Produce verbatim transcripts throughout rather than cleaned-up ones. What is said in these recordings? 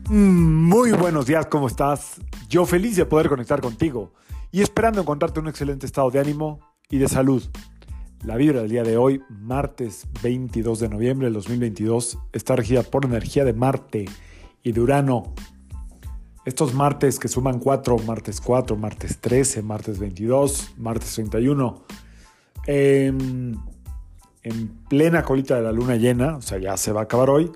Muy buenos días, ¿cómo estás? Yo feliz de poder conectar contigo y esperando encontrarte en un excelente estado de ánimo y de salud. La vibra del día de hoy, martes veintidós de noviembre del dos mil veintidós, está regida por la energía de Marte y de Urano. Estos martes que suman cuatro, martes cuatro, martes trece, martes veintidós, martes treinta y uno, eh, en plena colita de la luna llena, o sea, ya se va a acabar hoy.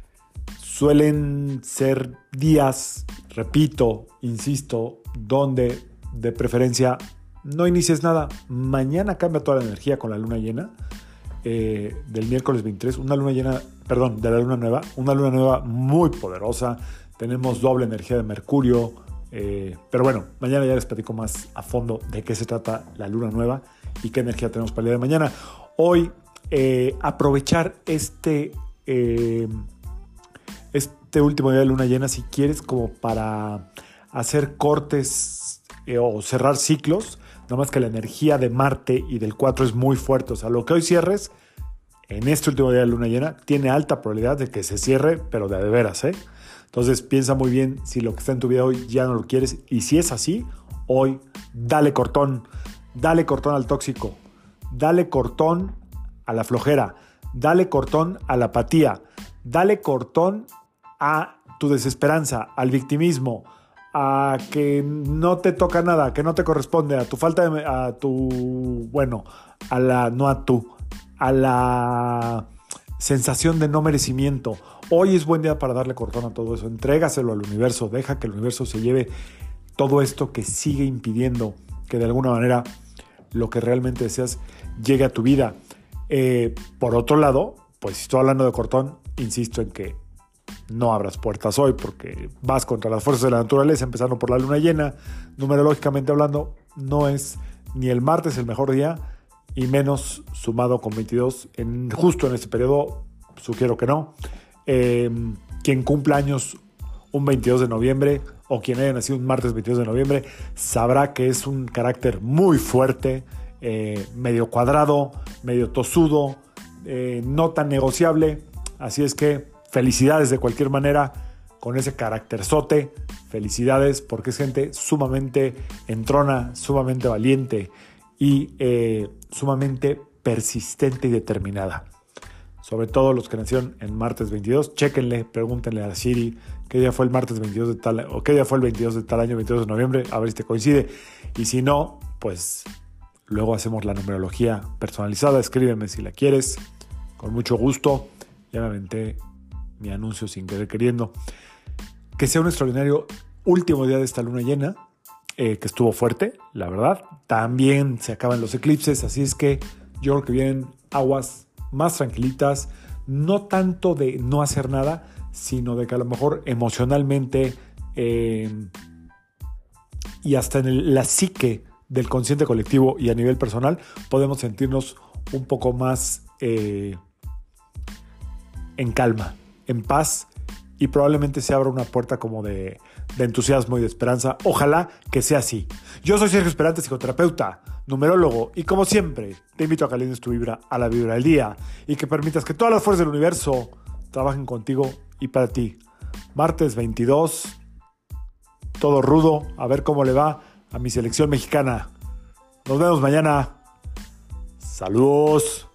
Suelen ser días, repito, insisto, donde de preferencia no inicies nada. Mañana cambia toda la energía con la luna llena eh, del miércoles veintitrés, una luna llena, perdón, de la luna nueva, una luna nueva muy poderosa. Tenemos doble energía de Mercurio, eh, pero bueno, mañana ya les platico más a fondo de qué se trata la luna nueva y qué energía tenemos para el día de mañana. Hoy, eh, aprovechar este... Eh, este último día de luna llena, si quieres, como para hacer cortes eh, o cerrar ciclos, nada más que la energía de Marte y del cuatro es muy fuerte. O sea, lo que hoy cierres en este último día de luna llena tiene alta probabilidad de que se cierre, pero de, de veras, ¿eh? Entonces piensa muy bien si lo que está en tu vida hoy ya no lo quieres, y si es así, hoy dale cortón, dale cortón al tóxico, dale cortón a la flojera, dale cortón a la apatía, dale cortón a tu desesperanza, al victimismo, a que no te toca nada, que no te corresponde, a tu falta de, a tu, bueno, a la, no a tu, a la sensación de no merecimiento. Hoy es buen día para darle cortón a todo eso, entrégaselo al universo, deja que el universo se lleve todo esto que sigue impidiendo que de alguna manera lo que realmente deseas llegue a tu vida. Eh, por otro lado, pues si estoy hablando de cortón, insisto en que no abras puertas hoy porque vas contra las fuerzas de la naturaleza, empezando por la luna llena. Numerológicamente hablando, no es ni el martes el mejor día, y menos sumado con veintidós, en, justo en este periodo, sugiero que no. Eh, quien cumpla años un veintidós de noviembre o quien haya nacido un martes veintidós de noviembre sabrá que es un carácter muy fuerte, eh, medio cuadrado, medio tosudo, eh, no tan negociable. Así es que felicidades de cualquier manera con ese carácterzote. Felicidades porque es gente sumamente entrona, sumamente valiente y eh, sumamente persistente y determinada. Sobre todo los que nacieron en martes veintidós, chéquenle, pregúntenle a Siri qué día fue el martes veintidós de tal, o qué día fue el veintidós de tal año, veintidós de noviembre, a ver si te coincide. Y si no, pues luego hacemos la numerología personalizada. Escríbeme si la quieres, con mucho gusto. Ya me aventé mi anuncio sin querer queriendo. Que sea un extraordinario último día de esta luna llena, eh, que estuvo fuerte, la verdad. También se acaban los eclipses, así es que yo creo que vienen aguas más tranquilitas, no tanto de no hacer nada, sino de que a lo mejor emocionalmente eh, y hasta en el, la psique del consciente colectivo y a nivel personal podemos sentirnos un poco más eh, en calma, en paz, y probablemente se abra una puerta como de, de entusiasmo y de esperanza. Ojalá que sea así. Yo soy Sergio Esperante, psicoterapeuta, numerólogo, y como siempre te invito a que alines tu vibra a la vibra del día y que permitas que todas las fuerzas del universo trabajen contigo y para ti. Martes veintidós, todo rudo, a ver cómo le va a mi selección mexicana. Nos vemos mañana. Saludos.